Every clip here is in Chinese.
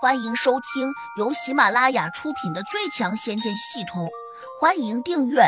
欢迎收听由喜马拉雅出品的《最强仙剑系统》，欢迎订阅。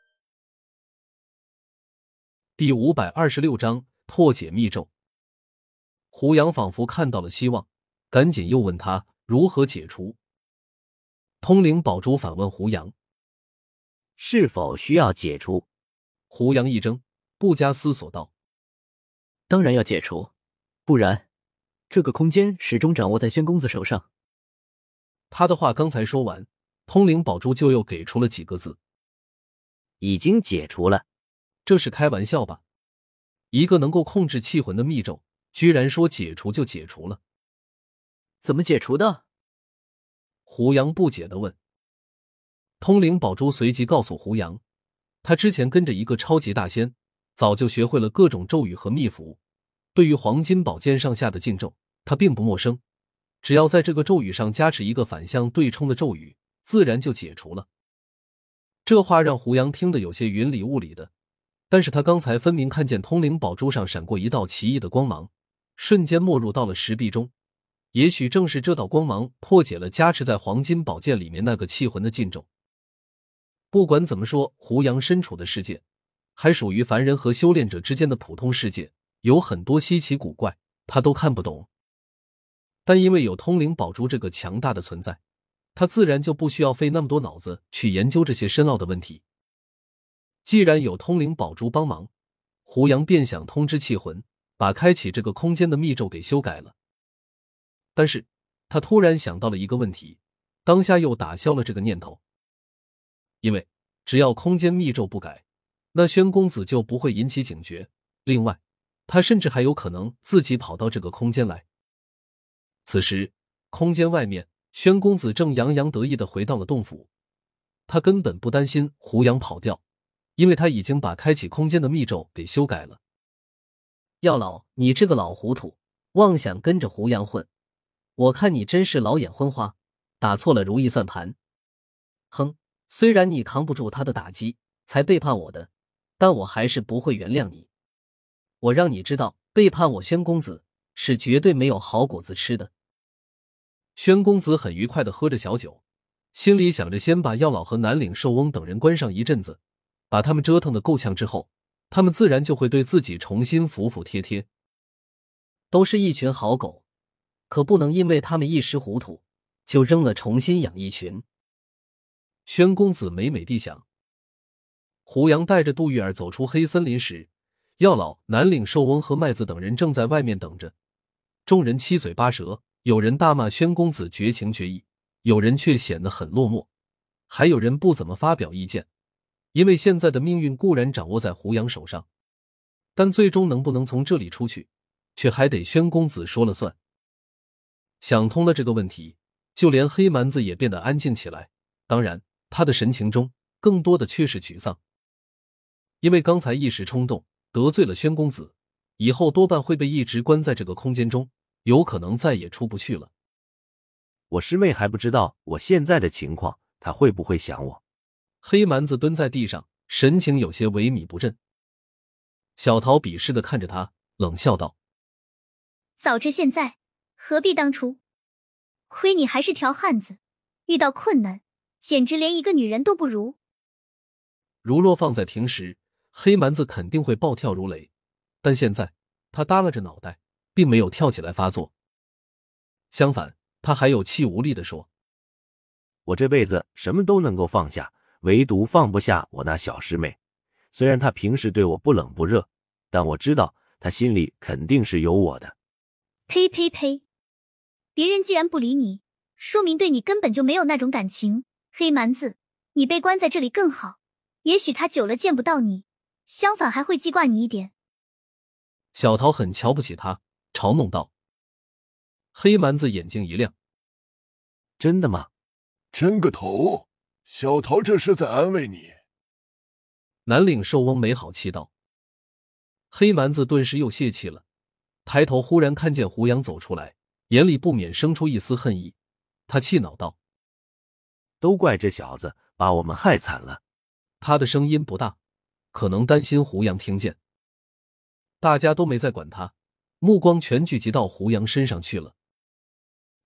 第526章破解密咒。胡杨仿佛看到了希望，赶紧又问他如何解除。通灵宝珠反问胡杨， 是否需要解除？ 胡杨一怔，不加思索道， 当然要解除，不然这个空间始终掌握在宣公子手上。 他的话刚才说完，通灵宝珠就又给出了几个字， 已经解除了。 这是开玩笑吧？一个能够控制气魂的密咒，居然说解除就解除了。 怎么解除的？ 胡杨不解地问。通灵宝珠随即告诉胡杨，他之前跟着一个超级大仙，早就学会了各种咒语和秘符，对于黄金宝剑上下的禁咒，他并不陌生，只要在这个咒语上加持一个反向对冲的咒语，自然就解除了。这话让胡杨听得有些云里雾里的，但是他刚才分明看见通灵宝珠上闪过一道奇异的光芒，瞬间没入到了石壁中。也许正是这道光芒破解了加持在黄金宝剑里面那个气魂的禁咒。不管怎么说，胡杨身处的世界还属于凡人和修炼者之间的普通世界，有很多稀奇古怪他都看不懂。但因为有通灵宝珠这个强大的存在，他自然就不需要费那么多脑子去研究这些深奥的问题。既然有通灵宝珠帮忙，胡杨便想通知气魂，把开启这个空间的密咒给修改了。但是他突然想到了一个问题，当下又打消了这个念头。因为只要空间密咒不改，那宣公子就不会引起警觉，另外他甚至还有可能自己跑到这个空间来。此时空间外面，宣公子正洋洋得意地回到了洞府，他根本不担心胡杨跑掉，因为他已经把开启空间的密咒给修改了。 药老，你这个老糊涂，妄想跟着胡杨混，我看你真是老眼昏花，打错了如意算盘。哼，虽然你扛不住他的打击才背叛我的，但我还是不会原谅你。我让你知道，背叛我宣公子是绝对没有好果子吃的。 宣公子很愉快地喝着小酒，心里想着先把药老和南岭寿翁等人关上一阵子，把他们折腾得够呛之后，他们自然就会对自己重新服服帖帖。 都是一群好狗，可不能因为他们一时糊涂就扔了重新养一群。 宣公子美美地想。胡杨带着杜玉儿走出黑森林时，药老、南岭寿翁和麦子等人正在外面等着。众人七嘴八舌，有人大骂宣公子绝情绝义，有人却显得很落寞，还有人不怎么发表意见。因为现在的命运固然掌握在胡杨手上，但最终能不能从这里出去，却还得宣公子说了算。想通了这个问题，就连黑蛮子也变得安静起来，当然他的神情中更多的却是沮丧。因为刚才一时冲动得罪了宣公子，以后多半会被一直关在这个空间中，有可能再也出不去了。 我师妹还不知道我现在的情况，她会不会想我？ 黑蛮子蹲在地上，神情有些萎靡不振。小桃鄙视地看着他，冷笑道： 早知现在，何必当初？亏你还是条汉子，遇到困难简直连一个女人都不如。 如若放在平时，黑蛮子肯定会暴跳如雷，但现在他耷拉着脑袋，并没有跳起来发作。相反，他还有气无力地说： 我这辈子什么都能够放下，唯独放不下我那小师妹。虽然她平时对我不冷不热，但我知道她心里肯定是有我的。 呸呸呸！别人既然不理你，说明对你根本就没有那种感情。黑蛮子，你被关在这里更好，也许他久了见不到你，相反还会记挂你一点。 小桃很瞧不起他，嘲弄道。黑蛮子眼睛一亮： 真的吗？ 真个头，小桃这是在安慰你。 南岭寿翁没好气道。黑蛮子顿时又泄气了，抬头忽然看见胡杨走出来，眼里不免生出一丝恨意。他气恼道： 都怪这小子把我们害惨了。 他的声音不大，可能担心胡杨听见。大家都没再管他，目光全聚集到胡杨身上去了。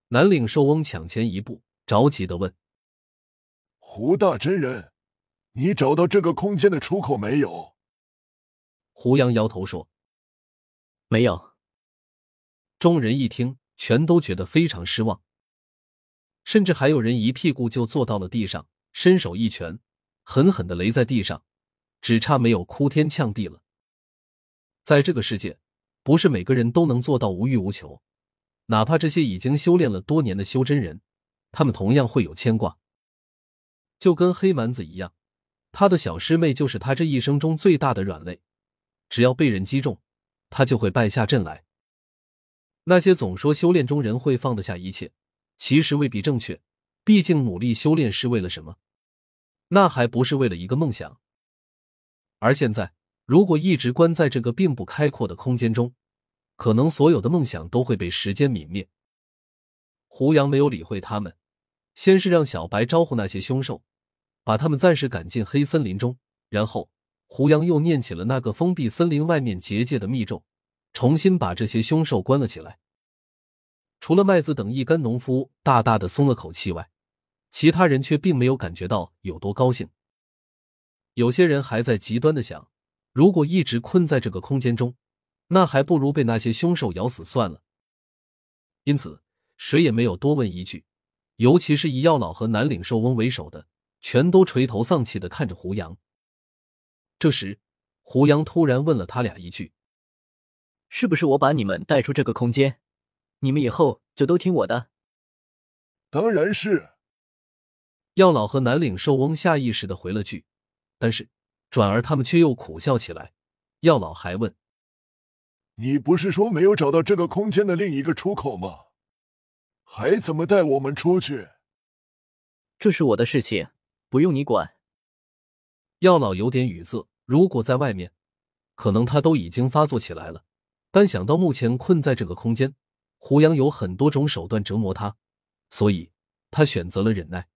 南岭寿翁抢前一步，着急地问：“ 胡大真人，你找到这个空间的出口没有？” 胡杨摇头说：“ 没有。” 众人一听，全都觉得非常失望，甚至还有人一屁股就坐到了地上，伸手一拳，狠狠地擂在地上，只差没有哭天呛地了。在这个世界，不是每个人都能做到无欲无求，哪怕这些已经修炼了多年的修真人，他们同样会有牵挂。就跟黑蛮子一样，他的小师妹就是他这一生中最大的软肋，只要被人击中，他就会败下阵来。那些总说修炼中人会放得下一切，其实未必正确，毕竟努力修炼是为了什么？那还不是为了一个梦想。而现在，如果一直关在这个并不开阔的空间中，可能所有的梦想都会被时间泯灭。胡杨没有理会他们，先是让小白招呼那些凶兽，把他们暂时赶进黑森林中，然后胡杨又念起了那个封闭森林外面结界的密咒，重新把这些凶兽关了起来。除了麦子等一干农夫大大的松了口气外，其他人却并没有感觉到有多高兴。有些人还在极端的想，如果一直困在这个空间中，那还不如被那些凶兽咬死算了。因此，谁也没有多问一句，尤其是以药老和南岭寿翁为首的，全都垂头丧气地看着胡杨。这时，胡杨突然问了他俩一句：“ 是不是我把你们带出这个空间，你们以后就都听我的？”“ 当然是。” 药老和南岭寿翁下意识地回了句，但是转而他们却又苦笑起来。药老还问：“ 你不是说没有找到这个空间的另一个出口吗？还怎么带我们出去？”“ 这是我的事情，不用你管。” 药老有点语塞，如果在外面，可能他都已经发作起来了。但想到目前困在这个空间，胡杨有很多种手段折磨他，所以他选择了忍耐。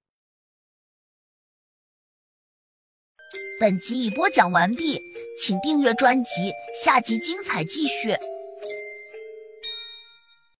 本集已播讲完毕，请订阅专辑，下集精彩继续。